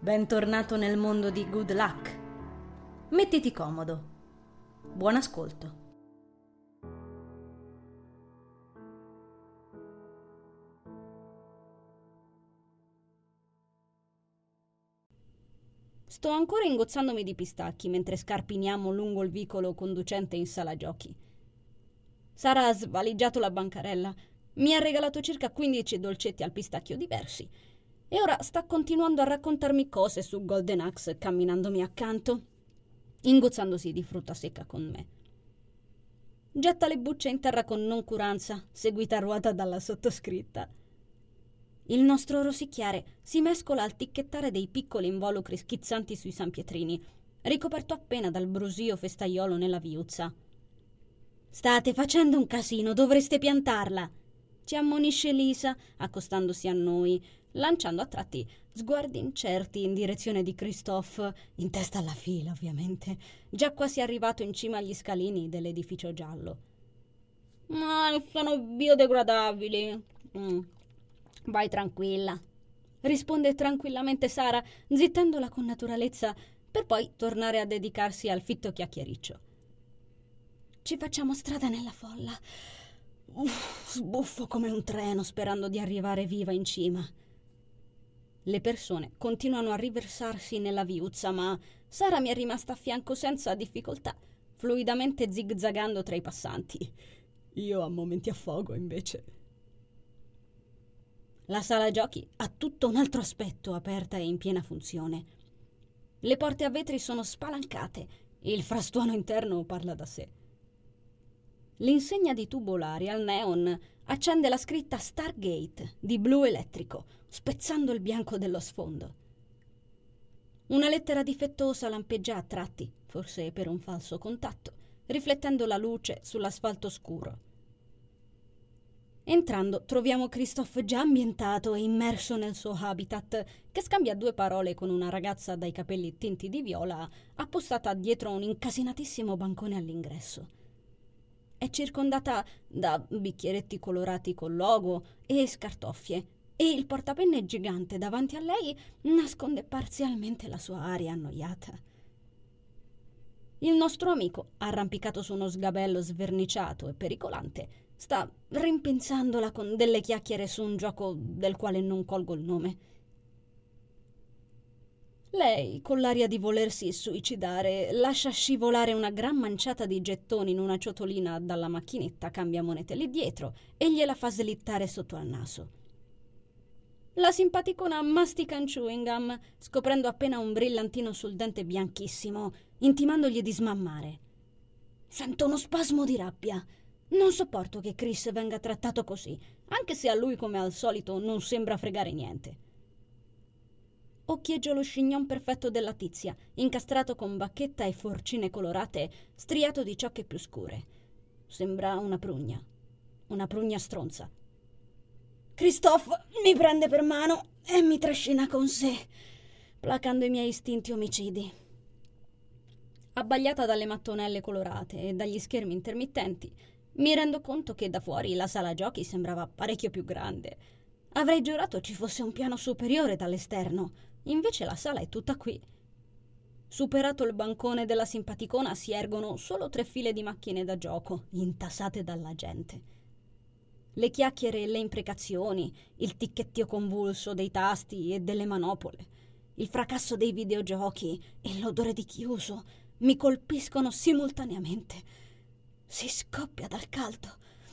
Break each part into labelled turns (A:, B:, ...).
A: Bentornato nel mondo di Good Luck. Mettiti comodo. Buon ascolto.
B: Sto ancora ingozzandomi di pistacchi mentre scarpiniamo lungo il vicolo conducente in sala giochi. Sara ha svaligiato la bancarella, mi ha regalato circa 15 dolcetti al pistacchio diversi e ora sta continuando a raccontarmi cose su Golden Axe camminandomi accanto, ingozzandosi di frutta secca con me. Getta le bucce in terra con noncuranza, seguita a ruota dalla sottoscritta. Il nostro rosicchiare si mescola al ticchettare dei piccoli involucri schizzanti sui sanpietrini, ricoperto appena dal brusio festaiolo nella viuzza. «State facendo un casino, dovreste piantarla!» ci ammonisce Lisa, accostandosi a noi, lanciando a tratti sguardi incerti in direzione di Christophe, in testa alla fila ovviamente, già quasi arrivato in cima agli scalini dell'edificio giallo. «Ma sono biodegradabili!» «Vai tranquilla», risponde tranquillamente Sara, zittandola con naturalezza, per poi tornare a dedicarsi al fitto chiacchiericcio. Ci facciamo strada nella folla. Sbuffo come un treno sperando di arrivare viva in cima. Le persone continuano a riversarsi nella viuzza, ma Sara mi è rimasta a fianco senza difficoltà, fluidamente zigzagando tra i passanti. Io a momenti affogo, invece. La sala giochi ha tutto un altro aspetto, aperta e in piena funzione. Le porte a vetri sono spalancate, il frastuono interno parla da sé. L'insegna di tubolari al neon accende la scritta Stargate di blu elettrico, spezzando il bianco dello sfondo. Una lettera difettosa lampeggia a tratti, forse per un falso contatto, riflettendo la luce sull'asfalto scuro. Entrando troviamo Christophe già ambientato e immerso nel suo habitat, che scambia 2 parole con una ragazza dai capelli tinti di viola appostata dietro un incasinatissimo bancone all'ingresso. È circondata da bicchieretti colorati col logo e scartoffie, e il portapenne gigante davanti a lei nasconde parzialmente la sua aria annoiata. Il nostro amico, arrampicato su uno sgabello sverniciato e pericolante, sta rimpinzandola con delle chiacchiere su un gioco del quale non colgo il nome. Lei, con l'aria di volersi suicidare, lascia scivolare una gran manciata di gettoni in una ciotolina dalla macchinetta cambiamonete lì dietro e gliela fa slittare sotto al naso. La simpaticona mastica in chewing gum, scoprendo appena un brillantino sul dente bianchissimo, intimandogli di smammare. Sento uno spasmo di rabbia. Non sopporto che Chris venga trattato così, anche se a lui, come al solito, non sembra fregare niente. Occhieggio lo scignon perfetto della tizia, incastrato con bacchetta e forcine colorate, striato di ciocche più scure. Sembra una prugna stronza. Christophe mi prende per mano e mi trascina con sé, placando i miei istinti omicidi. Abbagliata dalle mattonelle colorate e dagli schermi intermittenti, mi rendo conto che da fuori la sala giochi sembrava parecchio più grande. Avrei giurato ci fosse un piano superiore dall'esterno, invece la sala è tutta qui. Superato il bancone della simpaticona si ergono solo 3 file di macchine da gioco, intasate dalla gente. Le chiacchiere e le imprecazioni, il ticchettio convulso dei tasti e delle manopole, il fracasso dei videogiochi e l'odore di chiuso mi colpiscono simultaneamente. Si scoppia dal caldo.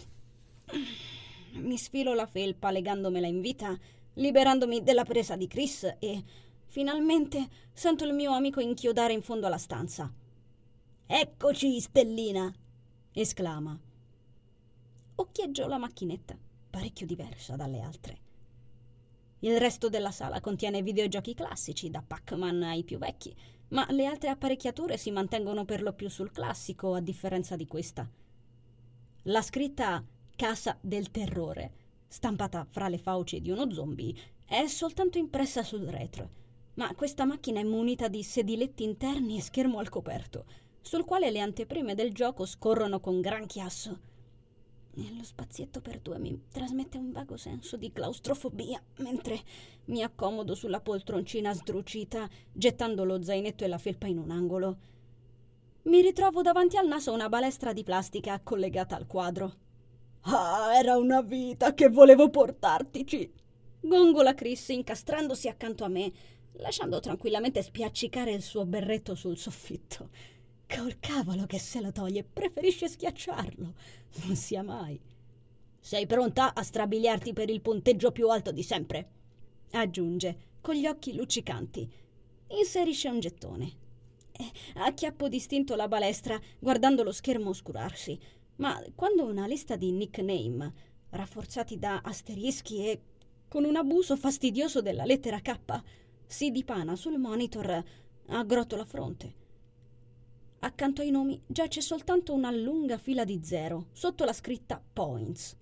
B: Mi sfilo la felpa legandomela in vita, liberandomi della presa di Chris e, finalmente, sento il mio amico inchiodare in fondo alla stanza. «Eccoci, Stellina!» esclama. Occhieggio la macchinetta, parecchio diversa dalle altre. Il resto della sala contiene videogiochi classici, da Pac-Man ai più vecchi, ma le altre apparecchiature si mantengono per lo più sul classico, a differenza di questa. La scritta Casa del Terrore, stampata fra le fauci di uno zombie, è soltanto impressa sul retro, ma questa macchina è munita di sediletti interni e schermo al coperto, sul quale le anteprime del gioco scorrono con gran chiasso. E lo spazietto per due mi trasmette un vago senso di claustrofobia mentre mi accomodo sulla poltroncina sdrucita, gettando lo zainetto e la felpa in un angolo. Mi ritrovo davanti al naso una balestra di plastica collegata al quadro.
C: Ah, era una vita che volevo portartici!
B: Gongola Chris incastrandosi accanto a me, lasciando tranquillamente spiaccicare il suo berretto sul soffitto. Col cavolo che se lo toglie, preferisce schiacciarlo. Non sia mai.
C: Sei pronta a strabiliarti per il punteggio più alto di sempre?
B: Aggiunge, con gli occhi luccicanti. Inserisce un gettone. Acchiappo distinto la balestra, guardando lo schermo oscurarsi. Ma quando una lista di nickname, rafforzati da asterischi e con un abuso fastidioso della lettera K, si dipana sul monitor, aggrotto la fronte. Accanto ai nomi giace soltanto una lunga fila di zero, sotto la scritta Points.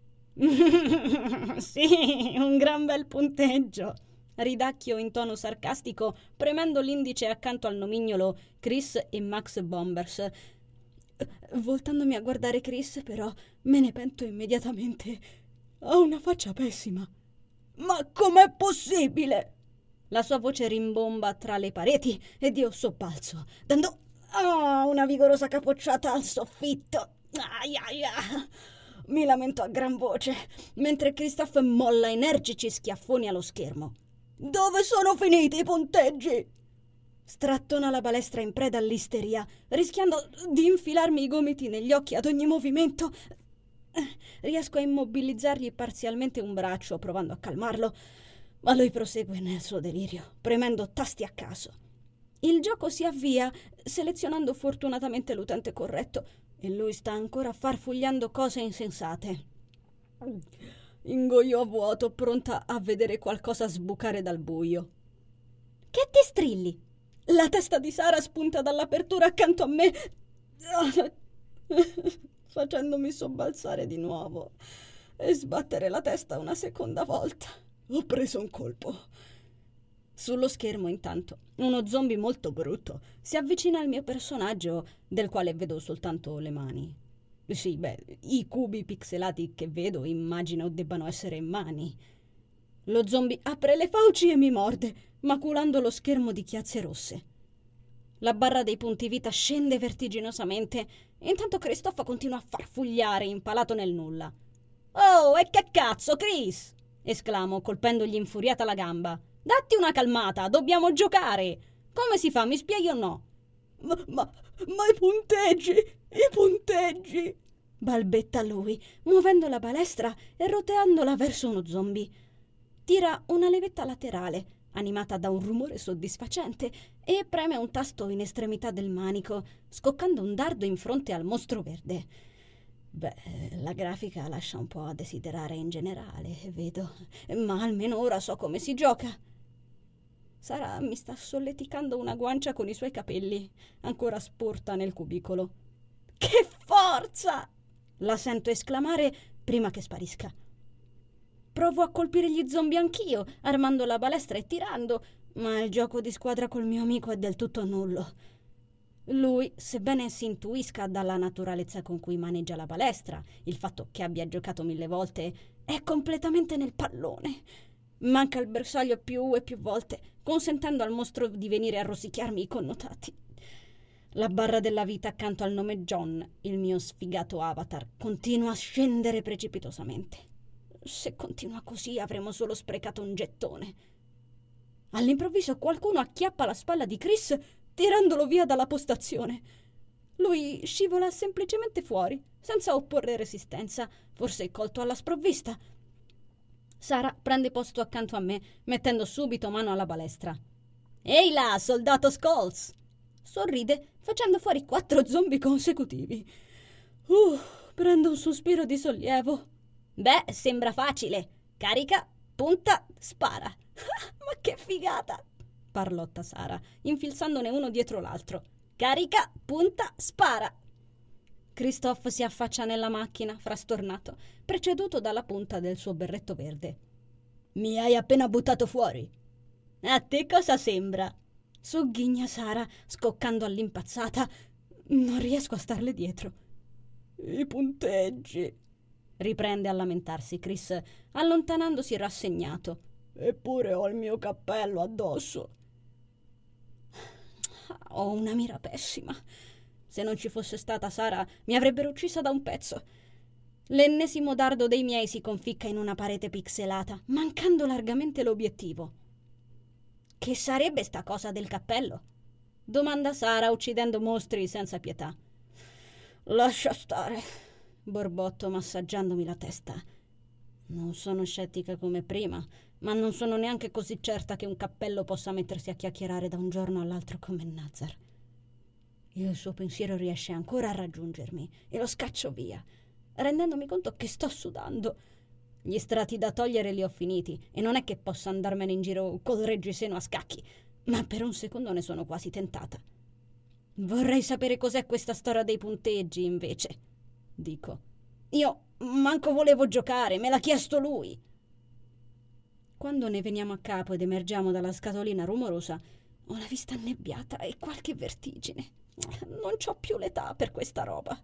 C: Sì, un gran bel punteggio,
B: ridacchio in tono sarcastico, premendo l'indice accanto al nomignolo Chris e Max Bombers. Voltandomi a guardare Chris, però, me ne pento immediatamente. Ha una faccia pessima.
C: Ma com'è possibile?
B: La sua voce rimbomba tra le pareti ed io sobbalzo, dando
C: una vigorosa capocciata al soffitto. Aia.
B: Mi lamento a gran voce, mentre Christophe molla energici schiaffoni allo schermo.
C: Dove sono finiti i punteggi?
B: Strattona la balestra in preda all'isteria, rischiando di infilarmi i gomiti negli occhi ad ogni movimento. Riesco a immobilizzargli parzialmente un braccio, provando a calmarlo, ma lui prosegue nel suo delirio, premendo tasti a caso. Il gioco si avvia, selezionando fortunatamente l'utente corretto, e lui sta ancora farfugliando cose insensate. Ingoio a vuoto, pronta a vedere qualcosa sbucare dal buio. Che ti strilli? La testa di Sara spunta dall'apertura accanto a me, facendomi sobbalzare di nuovo e sbattere la testa una seconda volta.
C: Ho preso un colpo.
B: Sullo schermo, intanto, uno zombie molto brutto si avvicina al mio personaggio, del quale vedo soltanto le mani. Sì, i cubi pixelati che vedo immagino debbano essere mani. Lo zombie apre le fauci e mi morde, maculando lo schermo di chiazze rosse. La barra dei punti vita scende vertiginosamente, e intanto Christophe continua a farfugliare, impalato nel nulla. «Oh, e che cazzo, Chris!» esclamo, colpendogli infuriata la gamba. «Datti una calmata, dobbiamo giocare! Come si fa, mi spieghi o no?»
C: Ma i punteggi!
B: balbetta lui, muovendo la balestra e roteandola verso uno zombie. Tira una levetta laterale, animata da un rumore soddisfacente, e preme un tasto in estremità del manico, scoccando un dardo in fronte al mostro verde. La grafica lascia un po' a desiderare in generale, vedo, ma almeno ora so come si gioca. Sara mi sta solleticando una guancia con i suoi capelli, ancora sporta nel cubicolo. «Che forza!» la sento esclamare prima che sparisca. Provo a colpire gli zombie anch'io, armando la balestra e tirando, ma il gioco di squadra col mio amico è del tutto nullo. Lui, sebbene si intuisca dalla naturalezza con cui maneggia la balestra, il fatto che abbia giocato 1000 volte, è completamente nel pallone. Manca il bersaglio più e più volte, consentendo al mostro di venire a rosicchiarmi i connotati. La barra della vita accanto al nome John, il mio sfigato avatar, continua a scendere precipitosamente. Se continua così avremo solo sprecato un gettone. All'improvviso qualcuno acchiappa la spalla di Chris, tirandolo via dalla postazione. Lui scivola semplicemente fuori, senza opporre resistenza, forse colto alla sprovvista. Sara prende posto accanto a me, mettendo subito mano alla balestra. «Ehi là, soldato Scholes!» sorride, facendo fuori 4 zombie consecutivi. Prendo un sospiro di sollievo. Sembra facile. Carica, punta, spara. Ma che figata! Parlotta Sara, infilzandone uno dietro l'altro. Carica, punta, spara. Christophe si affaccia nella macchina, frastornato, preceduto dalla punta del suo berretto verde.
C: «Mi hai appena buttato fuori!»
B: «A te cosa sembra?» sogghigna Sara, scoccando all'impazzata. Non riesco a starle dietro.
C: «I punteggi!»
B: riprende a lamentarsi Chris, allontanandosi rassegnato.
C: Eppure ho il mio cappello addosso.
B: Ho una mira pessima. Se non ci fosse stata Sara, mi avrebbero uccisa da un pezzo. L'ennesimo dardo dei miei si conficca in una parete pixelata, mancando largamente l'obiettivo. Che sarebbe sta cosa del cappello? Domanda Sara, uccidendo mostri senza pietà.
C: Lascia stare,
B: borbotto massaggiandomi la testa. Non sono scettica come prima, ma non sono neanche così certa che un cappello possa mettersi a chiacchierare da un giorno all'altro come Nazar. Il suo pensiero riesce ancora a raggiungermi e lo scaccio via, rendendomi conto che sto sudando. Gli strati da togliere li ho finiti e non è che possa andarmene in giro col reggiseno a scacchi, ma per un secondo ne sono quasi tentata. Vorrei sapere cos'è questa storia dei punteggi, invece, dico. Io manco volevo giocare, me l'ha chiesto lui. Quando ne veniamo a capo ed emergiamo dalla scatolina rumorosa, ho la vista annebbiata e qualche vertigine. Non c'ho più l'età per questa roba.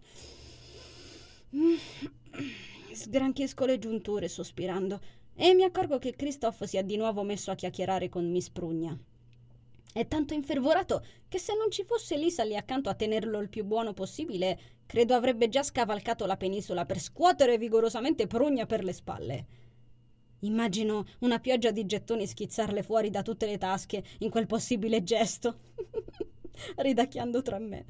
B: Sgranchisco le giunture sospirando e mi accorgo che Christophe si è di nuovo messo a chiacchierare con Miss Prugna. È tanto infervorato che se non ci fosse Lisa lì accanto a tenerlo il più buono possibile, credo avrebbe già scavalcato la penisola per scuotere vigorosamente Prugna per le spalle. Immagino una pioggia di gettoni schizzarle fuori da tutte le tasche in quel possibile gesto, ridacchiando tra me.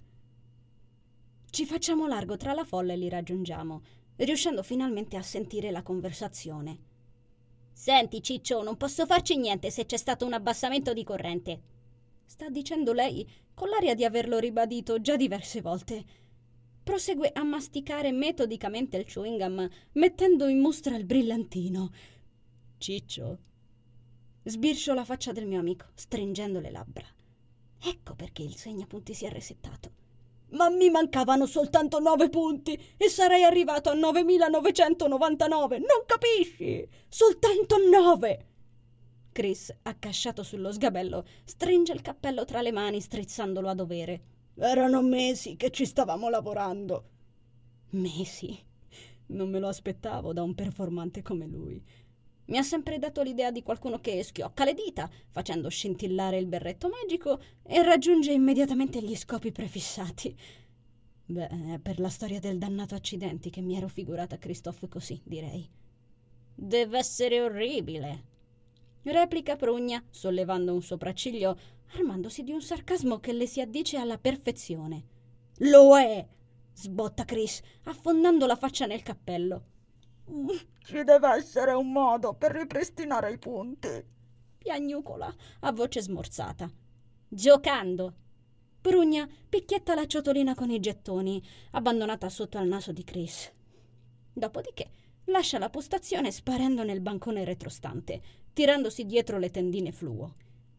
B: Ci facciamo largo tra la folla e li raggiungiamo, riuscendo finalmente a sentire la conversazione.
C: Senti, Ciccio, non posso farci niente se c'è stato un abbassamento di corrente.
B: Sta dicendo lei con l'aria di averlo ribadito già diverse volte. Prosegue a masticare metodicamente il chewing gum, mettendo in mostra il brillantino. Ciccio? Sbircio la faccia del mio amico, stringendo le labbra. Ecco perché il segnapunti si è resettato.
C: Ma mi mancavano soltanto 9 punti e sarei arrivato a 9.999, non capisci? Soltanto 9!
B: Chris, accasciato sullo sgabello, stringe il cappello tra le mani, strizzandolo a dovere.
C: Erano mesi che ci stavamo lavorando.
B: Mesi? Non me lo aspettavo da un performante come lui. Mi ha sempre dato l'idea di qualcuno che schiocca le dita, facendo scintillare il berretto magico, e raggiunge immediatamente gli scopi prefissati. Beh, è per la storia del dannato accidenti che mi ero figurata Christophe così, direi.
C: Deve essere orribile,
B: replica Prugna, sollevando un sopracciglio, armandosi di un sarcasmo che le si addice alla perfezione.
C: Lo è,
B: sbotta Chris, affondando la faccia nel cappello.
C: Ci deve essere un modo per ripristinare i punti,
B: piagnucola a voce smorzata.
C: Giocando.
B: Prugna picchietta la ciotolina con i gettoni, abbandonata sotto al naso di Chris. Dopodiché lascia la postazione sparendo nel bancone retrostante, tirandosi dietro le tendine fluo.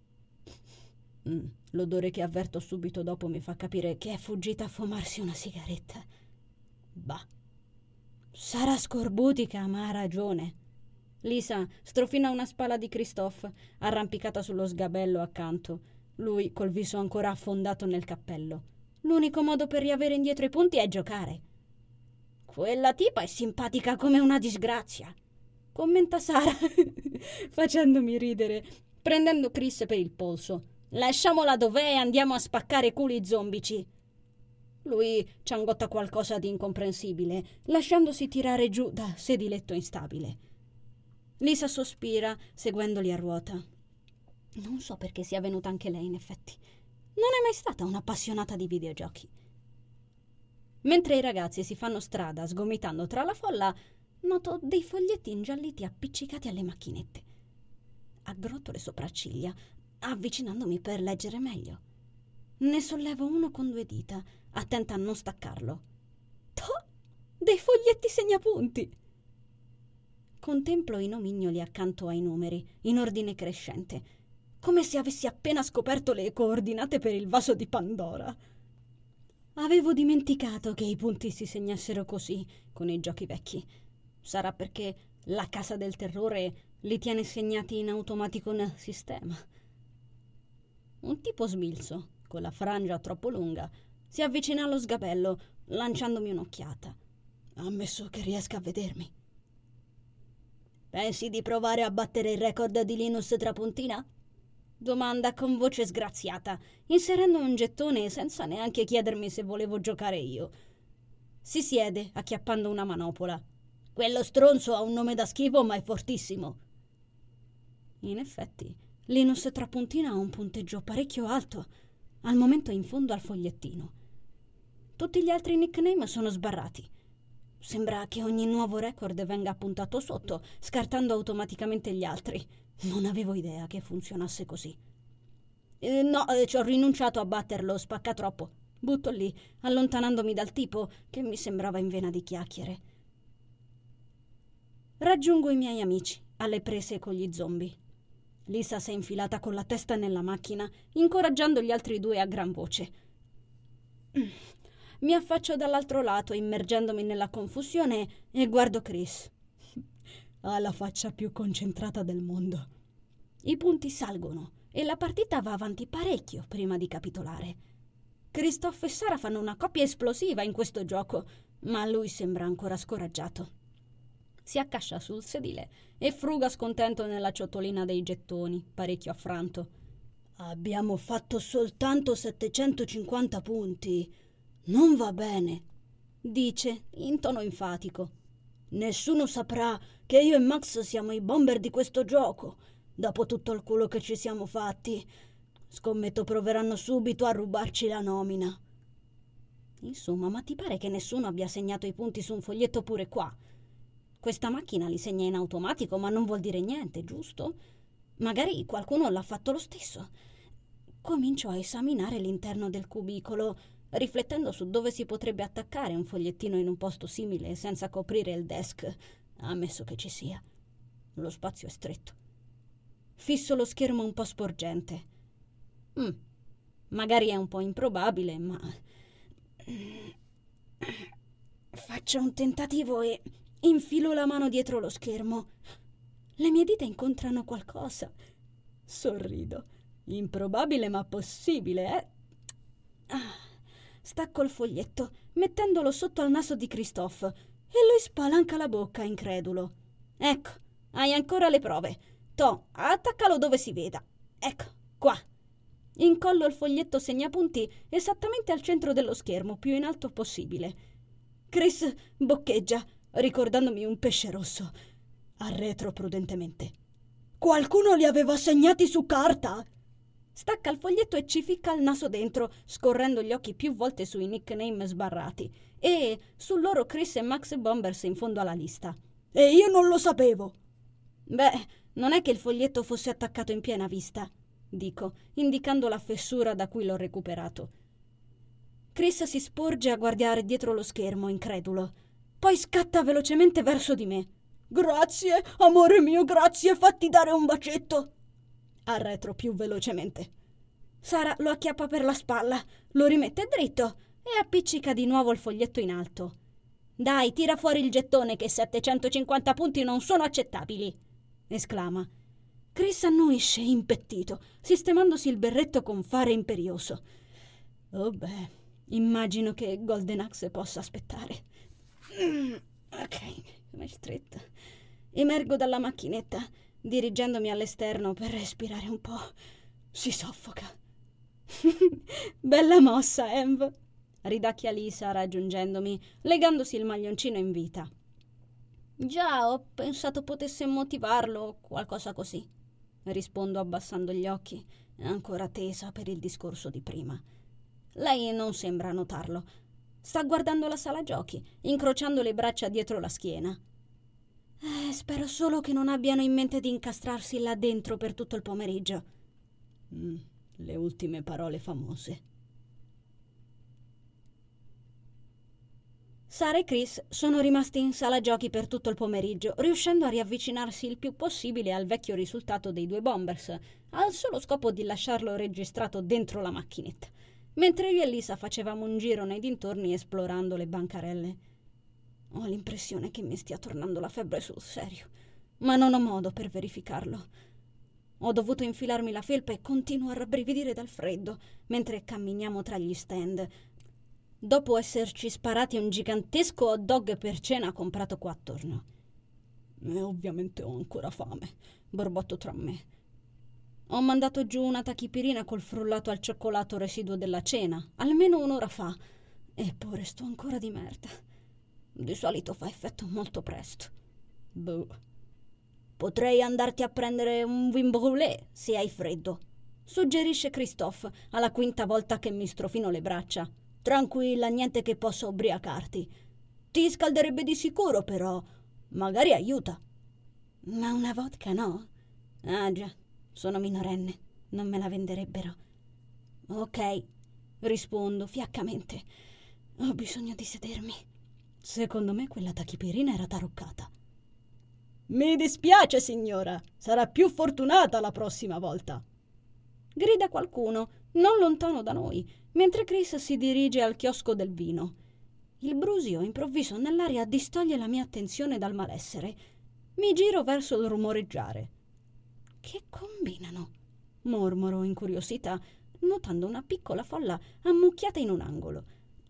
B: L'odore che avverto subito dopo mi fa capire che è fuggita a fumarsi una sigaretta. Bah. Sarà scorbutica, ma ha ragione. Lisa strofina una spalla di Christophe, arrampicata sullo sgabello accanto, lui col viso ancora affondato nel cappello. L'unico modo per riavere indietro i punti è giocare.
C: Quella tipa è simpatica come una disgrazia,
B: commenta Sara, facendomi ridere, prendendo Chris per il polso.
C: Lasciamola dov'è e andiamo a spaccare culi zombici.
B: Lui ciangotta qualcosa di incomprensibile, lasciandosi tirare giù da sediletto instabile. Lisa sospira, seguendoli a ruota. Non so perché sia venuta anche lei, in effetti. Non è mai stata un'appassionata di videogiochi. Mentre i ragazzi si fanno strada sgomitando tra la folla, noto dei foglietti ingialliti appiccicati alle macchinette. Aggrotto le sopracciglia, avvicinandomi per leggere meglio. Ne sollevo uno con 2 dita, attenta a non staccarlo. Toh! Dei foglietti segnapunti! Contemplo i nomignoli accanto ai numeri, in ordine crescente, come se avessi appena scoperto le coordinate per il vaso di Pandora. Avevo dimenticato che i punti si segnassero così con i giochi vecchi. Sarà perché la Casa del Terrore li tiene segnati in automatico nel sistema. Un tipo smilzo, con la frangia troppo lunga, si avvicina allo sgabello, lanciandomi un'occhiata.
C: ammesso che riesca a vedermi. Pensi di provare a battere il record di Linus Trapuntina?
B: Domanda con voce sgraziata, inserendo un gettone senza neanche chiedermi se volevo giocare io. Si siede, acchiappando una manopola.
C: Quello stronzo ha un nome da schifo, ma è fortissimo.
B: In effetti, Linus Trapuntina ha un punteggio parecchio alto, al momento in fondo al fogliettino. Tutti gli altri nickname sono sbarrati. Sembra che ogni nuovo record venga appuntato sotto, scartando automaticamente gli altri. Non avevo idea che funzionasse così.
C: No, ci ho rinunciato a batterlo, spacca troppo.
B: Butto lì, allontanandomi dal tipo che mi sembrava in vena di chiacchiere. Raggiungo i miei amici, alle prese con gli zombie. Lisa si è infilata con la testa nella macchina, incoraggiando gli altri due a gran voce. Mi affaccio dall'altro lato, immergendomi nella confusione, e guardo Chris.
C: Ha la faccia più concentrata del mondo.
B: I punti salgono e la partita va avanti parecchio prima di capitolare. Christophe e Sara fanno una coppia esplosiva in questo gioco, ma lui sembra ancora scoraggiato. Si accascia sul sedile e fruga scontento nella ciotolina dei gettoni, parecchio affranto.
C: Abbiamo fatto soltanto 750 punti. Non va bene,
B: dice in tono enfatico.
C: Nessuno saprà che io e Max siamo i bomber di questo gioco, dopo tutto il culo che ci siamo fatti. Scommetto proveranno subito a rubarci la nomina.
B: Insomma, ma ti pare che nessuno abbia segnato i punti su un foglietto pure qua? Questa macchina li segna in automatico, ma non vuol dire niente, giusto? Magari qualcuno l'ha fatto lo stesso. Comincio a esaminare l'interno del cubicolo, riflettendo su dove si potrebbe attaccare un fogliettino in un posto simile senza coprire il desk, ammesso che ci sia. Lo spazio è stretto. Fisso lo schermo un po' sporgente. Magari è un po' improbabile, ma... Faccio un tentativo e infilo la mano dietro lo schermo. Le mie dita incontrano qualcosa. Sorrido. Improbabile ma possibile, eh? Stacco il foglietto, mettendolo sotto al naso di Christophe, e lui spalanca la bocca, incredulo. Ecco, hai ancora le prove. Toh, attaccalo dove si veda. Ecco, qua. Incollo il foglietto segnapunti esattamente al centro dello schermo, più in alto possibile. Chris boccheggia, ricordandomi un pesce rosso. Arretro prudentemente.
C: Qualcuno li aveva segnati su carta?
B: Stacca il foglietto e ci ficca il naso dentro, scorrendo gli occhi più volte sui nickname sbarrati e su loro Chris e Max Bombers in fondo alla lista.
C: E io non lo sapevo.
B: Beh, non è che il foglietto fosse attaccato in piena vista, dico, indicando la fessura da cui l'ho recuperato. Chris si sporge a guardare dietro lo schermo, incredulo. Poi scatta velocemente verso di me.
C: Grazie, amore mio, grazie, fatti dare un bacetto.
B: Arretro più velocemente. Sara lo acchiappa per la spalla, lo rimette dritto e appiccica di nuovo il foglietto in alto. Dai, tira fuori il gettone che 750 punti non sono accettabili, esclama. Chris annuisce, impettito, sistemandosi il berretto con fare imperioso. Oh beh, immagino che Golden Axe possa aspettare. Ok, come stretta. Emergo dalla macchinetta, dirigendomi all'esterno per respirare un po'. Si soffoca. Bella mossa, Env, ridacchia Lisa raggiungendomi, legandosi il maglioncino in vita. Già, ho pensato potesse motivarlo o qualcosa così, rispondo abbassando gli occhi, ancora tesa per il discorso di prima. Lei non sembra notarlo. Sta guardando la sala giochi, incrociando le braccia dietro la schiena. Spero solo che non abbiano in mente di incastrarsi là dentro per tutto il pomeriggio. Le ultime parole famose. Sara e Chris sono rimasti in sala giochi per tutto il pomeriggio, riuscendo a riavvicinarsi il più possibile al vecchio risultato dei due Bombers, al solo scopo di lasciarlo registrato dentro la macchinetta, mentre io e Lisa facevamo un giro nei dintorni esplorando le bancarelle. Ho l'impressione che mi stia tornando la febbre sul serio, ma non ho modo per verificarlo. Ho dovuto infilarmi la felpa e continuo a rabbrividire dal freddo mentre camminiamo tra gli stand. dopo esserci sparati un gigantesco hot dog per cena comprato qua attorno.
C: E ovviamente ho ancora fame,
B: borbotto tra me. Ho mandato giù una tachipirina col frullato al cioccolato residuo della cena, almeno un'ora fa, eppure sto ancora di merda. Di solito fa effetto molto presto.
C: Boh. Potrei andarti a prendere un vin brûlé se hai freddo,
B: suggerisce Christophe alla quinta volta che mi strofino le braccia.
C: Tranquilla, niente che possa ubriacarti. Ti scalderebbe di sicuro, però magari aiuta.
B: Ma una vodka no? Ah già, sono minorenne, non me la venderebbero.
C: Ok, rispondo fiaccamente. Ho bisogno di sedermi. Secondo me quella tachipirina era taroccata. Mi dispiace, signora. Sarà più fortunata la prossima volta.
B: Grida qualcuno, non lontano da noi, mentre Chris si dirige al chiosco del vino. Il brusio improvviso nell'aria distoglie la mia attenzione dal malessere. Mi giro verso il rumoreggiare. Che combinano? Mormoro incuriosita, notando una piccola folla ammucchiata in un angolo.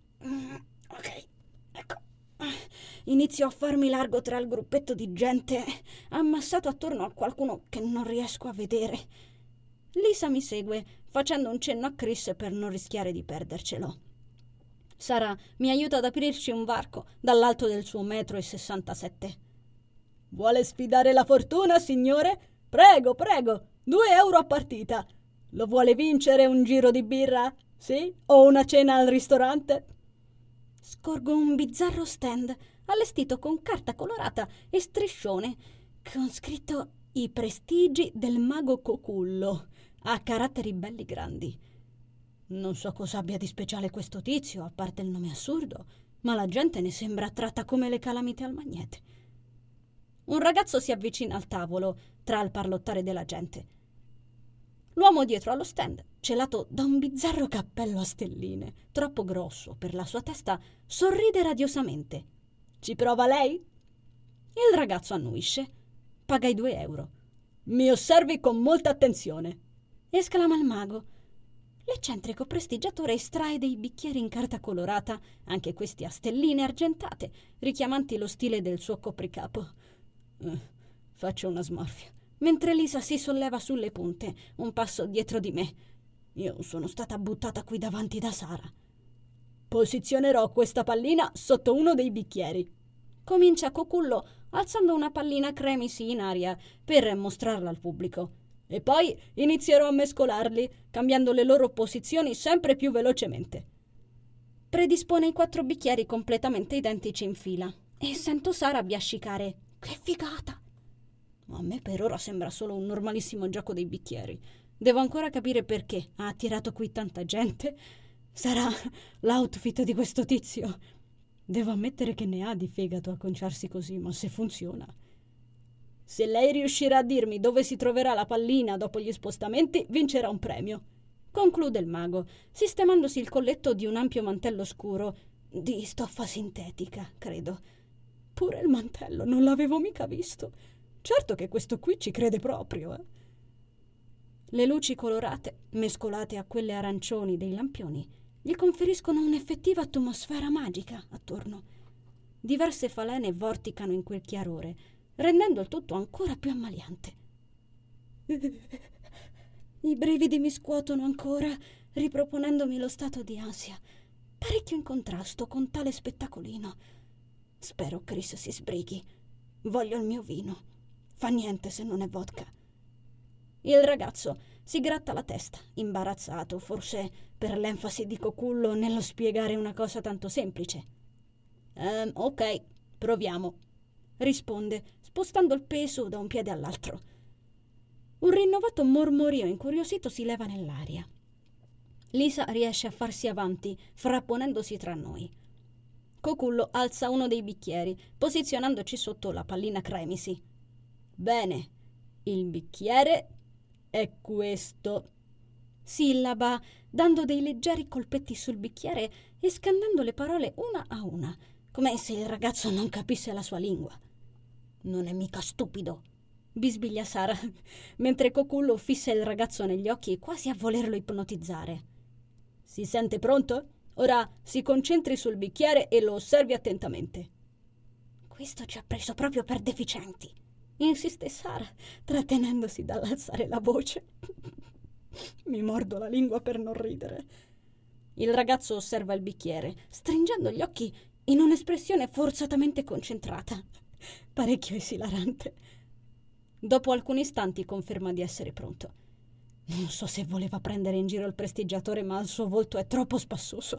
C: Ok, ecco. Inizio a farmi largo tra il gruppetto di gente ammassato attorno a qualcuno che non riesco a vedere.
B: Lisa mi segue, facendo un cenno a Chris per non rischiare di perdercelo. Sara mi aiuta ad aprirci un varco dall'alto del suo 1,67 m.
C: Vuole sfidare la fortuna, signore? Prego, prego, 2 euro a partita. Lo vuole vincere un giro di birra? Sì? O una cena al ristorante?
B: Scorgo un bizzarro stand allestito con carta colorata e striscione, con scritto «I prestigi del mago Cocullo», a caratteri belli grandi.
C: Non so cosa abbia di speciale questo tizio, a parte il nome assurdo, ma la gente ne sembra attratta come le calamite al magnete.
B: Un ragazzo si avvicina al tavolo, tra il parlottare della gente. L'uomo dietro allo stand, celato da un bizzarro cappello a stelline, troppo grosso per la sua testa, sorride radiosamente.
C: Ci prova lei?
B: Il ragazzo annuisce. Paga i 2 euro.
C: Mi osservi con molta attenzione,
B: esclama il mago. L'eccentrico prestigiatore estrae dei bicchieri in carta colorata, anche questi a stelline argentate, richiamanti lo stile del suo copricapo.
C: Faccio una smorfia,
B: mentre Lisa si solleva sulle punte, un passo dietro di me.
C: Io sono stata buttata qui davanti da Sara. Posizionerò questa pallina sotto uno dei bicchieri.
B: Comincia Cocullo, alzando una pallina cremisi in aria per mostrarla al pubblico.
C: E poi inizierò a mescolarli, cambiando le loro posizioni sempre più velocemente.
B: Predispone i 4 bicchieri completamente identici in fila e sento Sara biascicare. Che figata!
C: A me per ora sembra solo un normalissimo gioco dei bicchieri.
B: Devo ancora capire perché ha attirato qui tanta gente.
C: Sarà l'outfit di questo tizio. Devo ammettere che ne ha di fegato a conciarsi così, ma se funziona. Se lei riuscirà a dirmi dove si troverà la pallina dopo gli spostamenti, vincerà un premio.
B: Conclude il mago, sistemandosi il colletto di un ampio mantello scuro,
C: di stoffa sintetica, credo. Pure il mantello, non l'avevo mica visto. Certo che questo qui ci crede proprio,
B: Le luci colorate, mescolate a quelle arancioni dei lampioni, gli conferiscono un'effettiva atmosfera magica attorno. Diverse falene vorticano in quel chiarore, rendendo il tutto ancora più ammaliante.
C: I brividi mi scuotono ancora, riproponendomi lo stato di ansia, parecchio in contrasto con tale spettacolino. Spero Chris si sbrighi. Voglio il mio vino. Fa niente se non è vodka.
B: Il ragazzo si gratta la testa, imbarazzato, forse per l'enfasi di Cocullo nello spiegare una cosa tanto semplice.
C: Ok, proviamo,
B: risponde, spostando il peso da un piede all'altro. Un rinnovato mormorio incuriosito si leva nell'aria. Lisa riesce a farsi avanti, frapponendosi tra noi. Cocullo alza uno dei bicchieri, posizionandoci sotto la pallina cremisi.
C: Bene, il bicchiere è questo,
B: sillaba, dando dei leggeri colpetti sul bicchiere e scandendo le parole una a una, come se il ragazzo non capisse la sua lingua.
C: Non è mica stupido,
B: bisbiglia Sara, mentre Cocullo fissa il ragazzo negli occhi quasi a volerlo ipnotizzare.
C: Si sente pronto?
B: Ora si concentri sul bicchiere e lo osservi attentamente.
C: Questo ci ha preso proprio per deficienti, insiste Sara, trattenendosi dall'alzare la voce. Mi mordo la lingua per non ridere.
B: Il ragazzo osserva il bicchiere, stringendo gli occhi in un'espressione forzatamente concentrata.
C: Parecchio esilarante.
B: Dopo alcuni istanti conferma di essere pronto.
C: Non so se voleva prendere in giro il prestigiatore, ma il suo volto è troppo spassoso.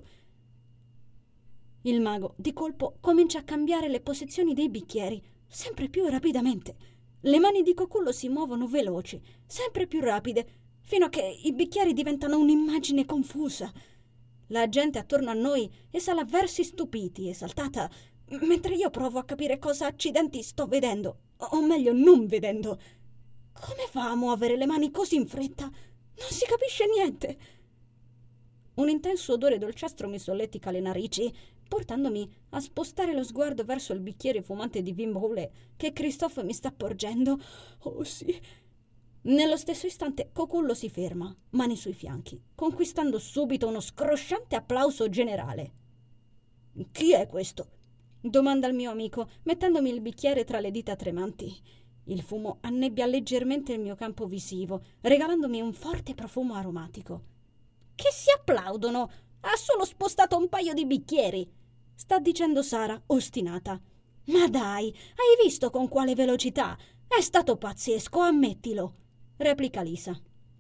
B: Il mago, di colpo, comincia a cambiare le posizioni dei bicchieri, sempre più rapidamente. Le mani di Cocullo si muovono veloci, sempre più rapide, fino a che i bicchieri diventano un'immagine confusa. La gente attorno a noi esala versi stupiti, esaltata, mentre io provo a capire cosa accidenti sto vedendo, o meglio non vedendo. Come fa a muovere le mani così in fretta? Non si capisce niente. Un intenso odore dolciastro mi solletica le narici, portandomi a spostare lo sguardo verso il bicchiere fumante di vin brûlé che Christophe mi sta porgendo. Oh sì! Nello stesso istante Cocullo si ferma, mani sui fianchi, conquistando subito uno scrosciante applauso generale. «Chi è questo?» domanda il mio amico, mettendomi il bicchiere tra le dita tremanti. Il fumo annebbia leggermente il mio campo visivo, regalandomi un forte profumo aromatico. «Che si applaudono? Ha solo spostato un paio di bicchieri!» sta dicendo Sara, ostinata. «Ma dai, hai visto con quale velocità? È stato pazzesco, ammettilo!» replica Lisa.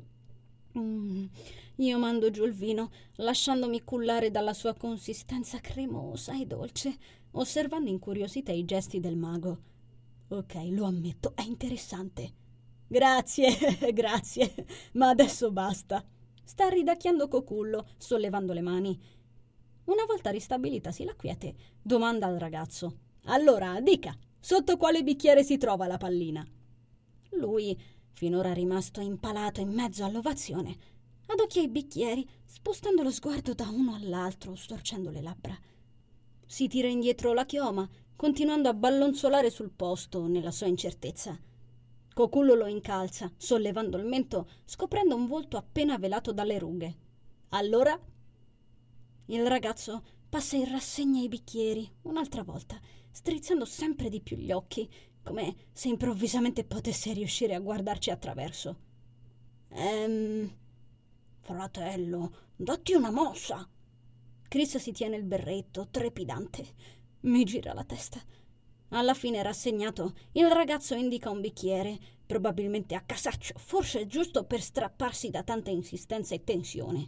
B: Io mando giù il vino, lasciandomi cullare dalla sua consistenza cremosa e dolce, osservando incuriosita i gesti del mago. Ok, lo ammetto, è interessante. Grazie, grazie, ma adesso basta. Sta ridacchiando Cocullo, sollevando le mani. Una volta ristabilitasi la quiete, domanda al ragazzo. Allora, dica, sotto quale bicchiere si trova la pallina? Lui, finora rimasto impalato in mezzo all'ovazione, adocchia i bicchieri, spostando lo sguardo da uno all'altro, storcendo le labbra. Si tira indietro la chioma, continuando a ballonzolare sul posto nella sua incertezza. Cocullo lo incalza, sollevando il mento, scoprendo un volto appena velato dalle rughe. Allora? Il ragazzo passa in rassegna i bicchieri, un'altra volta, strizzando sempre di più gli occhi, come se improvvisamente potesse riuscire a guardarci attraverso. Fratello, datti una mossa. Chris si tiene il berretto, trepidante. Mi gira la testa. Alla fine, rassegnato, il ragazzo indica un bicchiere, probabilmente a casaccio, forse giusto per strapparsi da tanta insistenza e tensione.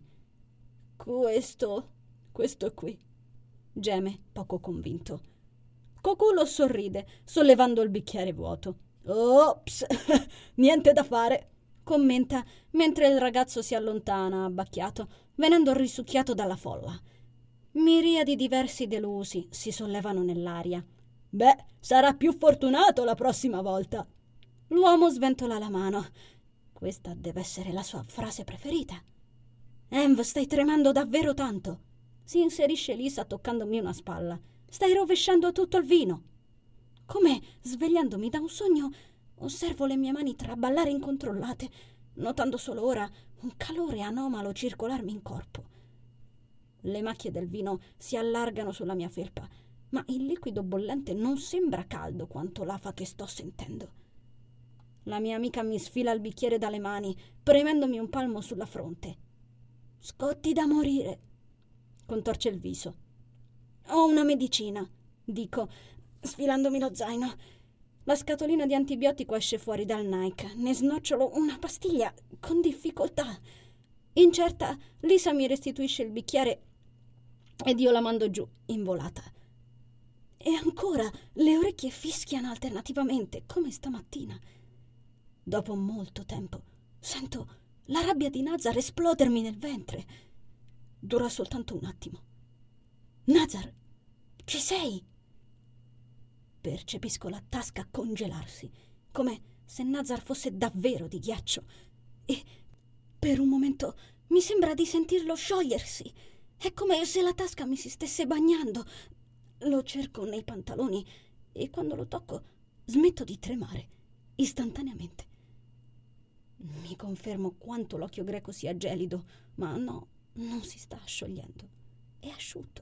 B: Questo qui, geme, poco convinto. Cocullo sorride, sollevando il bicchiere vuoto. Ops, niente da fare, commenta, mentre il ragazzo si allontana, abbacchiato, venendo risucchiato dalla folla. Miriadi diversi delusi si sollevano nell'aria. Beh, sarà più fortunato la prossima volta. L'uomo sventola la mano. Questa deve essere la sua frase preferita. Env, stai tremando davvero tanto. Si inserisce Lisa toccandomi una spalla. Stai rovesciando tutto il vino. Come, svegliandomi da un sogno, osservo le mie mani traballare incontrollate, notando solo ora un calore anomalo circolarmi in corpo. Le macchie del vino si allargano sulla mia felpa, ma il liquido bollente non sembra caldo quanto l'afa che sto sentendo. La mia amica mi sfila il bicchiere dalle mani, premendomi un palmo sulla fronte. Scotti da morire. Contorce il viso. Ho una medicina, dico, sfilandomi lo zaino. La scatolina di antibiotico esce fuori dal Nike. Ne snocciolo una pastiglia con difficoltà. Incerta, Lisa mi restituisce il bicchiere ed io la mando giù, in volata. E ancora le orecchie fischiano alternativamente, come stamattina. Dopo molto tempo sento la rabbia di Nazar esplodermi nel ventre. Dura soltanto un attimo. Nazar, ci sei? Percepisco la tasca congelarsi, come se Nazar fosse davvero di ghiaccio, e per un momento mi sembra di sentirlo sciogliersi. È come se la tasca mi si stesse bagnando. Lo cerco nei pantaloni e quando lo tocco smetto di tremare, istantaneamente. Mi confermo quanto l'occhio greco sia gelido, ma no, non si sta sciogliendo.
C: è asciutto.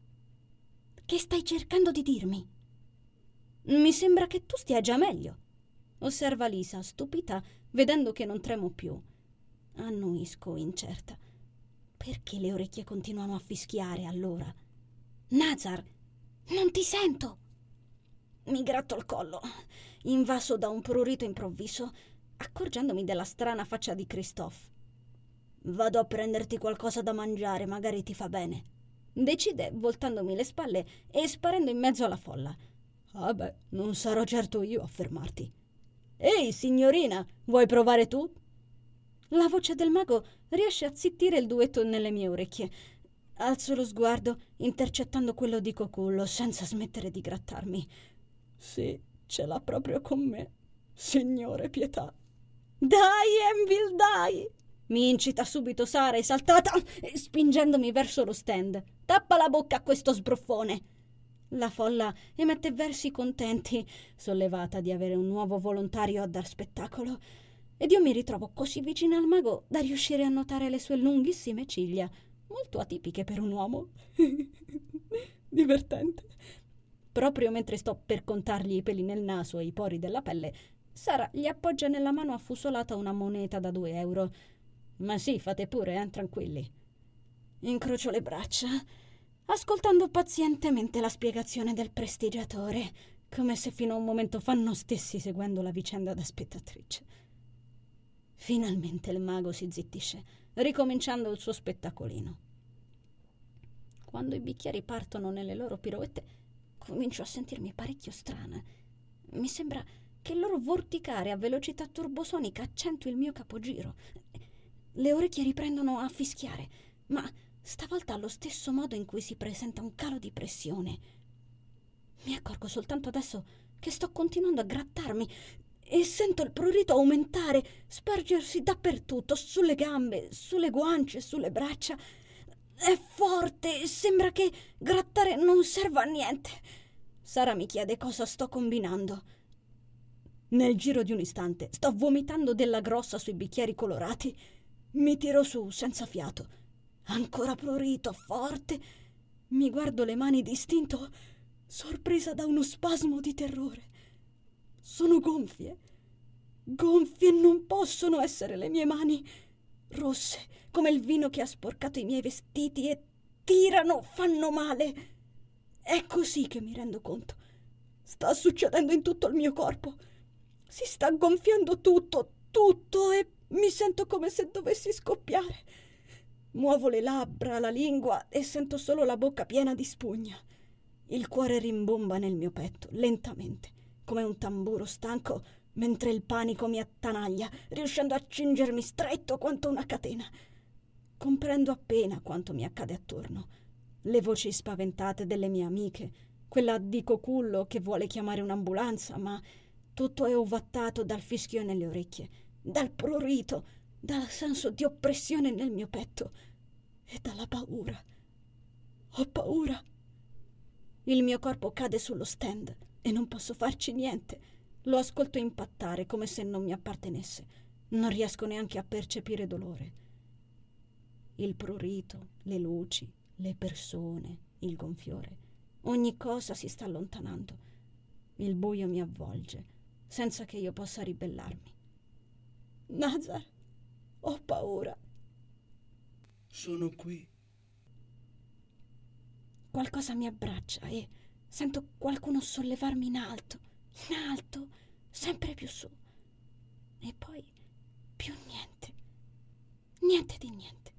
C: Che stai cercando di dirmi? Mi sembra che tu stia già meglio, osserva Lisa, stupita, vedendo che non tremo più. Annuisco, incerta. Perché le orecchie continuano a fischiare allora? Nazar, non ti sento! Mi gratto il collo, invaso da un prurito improvviso, accorgendomi della strana faccia di Christophe. Vado a prenderti qualcosa da mangiare, magari ti fa bene. Decide, voltandomi le spalle e sparendo in mezzo alla folla. Ah beh, non sarò certo io a fermarti. Ehi, signorina, vuoi provare tu? La voce del mago riesce a zittire il duetto nelle mie orecchie. Alzo lo sguardo, intercettando quello di Cocullo, senza smettere di grattarmi. Sì, ce l'ha proprio con me. Signore, pietà. Dai, Envil, dai! Mi incita subito Sara, esaltata, spingendomi verso lo stand. Tappa la bocca a questo sbruffone! La folla emette versi contenti, sollevata di avere un nuovo volontario a dar spettacolo, ed io mi ritrovo così vicina al mago da riuscire a notare le sue lunghissime ciglia, molto atipiche per un uomo. Divertente. Proprio mentre sto per contargli i peli nel naso e i pori della pelle, Sara gli appoggia nella mano affusolata una moneta da 2 euro. Ma sì, fate pure, tranquilli. Incrocio le braccia, ascoltando pazientemente la spiegazione del prestigiatore, come se fino a un momento fa non stessi seguendo la vicenda da spettatrice. Finalmente il mago si zittisce, ricominciando il suo spettacolino. Quando i bicchieri partono nelle loro piroette, comincio a sentirmi parecchio strana. Mi sembra che il loro vorticare a velocità turbosonica accentui il mio capogiro. Le orecchie riprendono a fischiare, ma stavolta allo stesso modo in cui si presenta un calo di pressione. Mi accorgo soltanto adesso che sto continuando a grattarmi e sento il prurito aumentare, spargersi dappertutto, sulle gambe, sulle guance, sulle braccia. È forte, sembra che grattare non serva a niente. Sara mi chiede cosa sto combinando. Nel giro di un istante sto vomitando della grossa sui bicchieri colorati. Mi tiro su senza fiato. Ancora prurito, forte. Mi guardo le mani d'istinto, sorpresa da uno spasmo di terrore. Sono gonfie. Gonfie non possono essere le mie mani. Rosse, come il vino che ha sporcato i miei vestiti e tirano, fanno male. È così che mi rendo conto. Sta succedendo in tutto il mio corpo. Si sta gonfiando tutto e mi sento come se dovessi scoppiare. Muovo le labbra, la lingua e sento solo la bocca piena di spugna. Il cuore rimbomba nel mio petto, lentamente, come un tamburo stanco, mentre il panico mi attanaglia, riuscendo a cingermi stretto quanto una catena. Comprendo appena quanto mi accade attorno. Le voci spaventate delle mie amiche, quella di Cocullo che vuole chiamare un'ambulanza, ma tutto è ovattato dal fischio nelle orecchie, dal prurito, dal senso di oppressione nel mio petto e dalla paura. Ho paura. Il mio corpo cade sullo stand e non posso farci niente. Lo ascolto impattare come se non mi appartenesse. Non riesco neanche a percepire dolore. Il prurito, le luci, le persone, il gonfiore. Ogni cosa si sta allontanando. Il buio mi avvolge, senza che io possa ribellarmi. Nazar, ho paura.
D: Sono qui.
C: Qualcosa mi abbraccia e sento qualcuno sollevarmi in alto, sempre più su. E poi più niente. Niente di niente.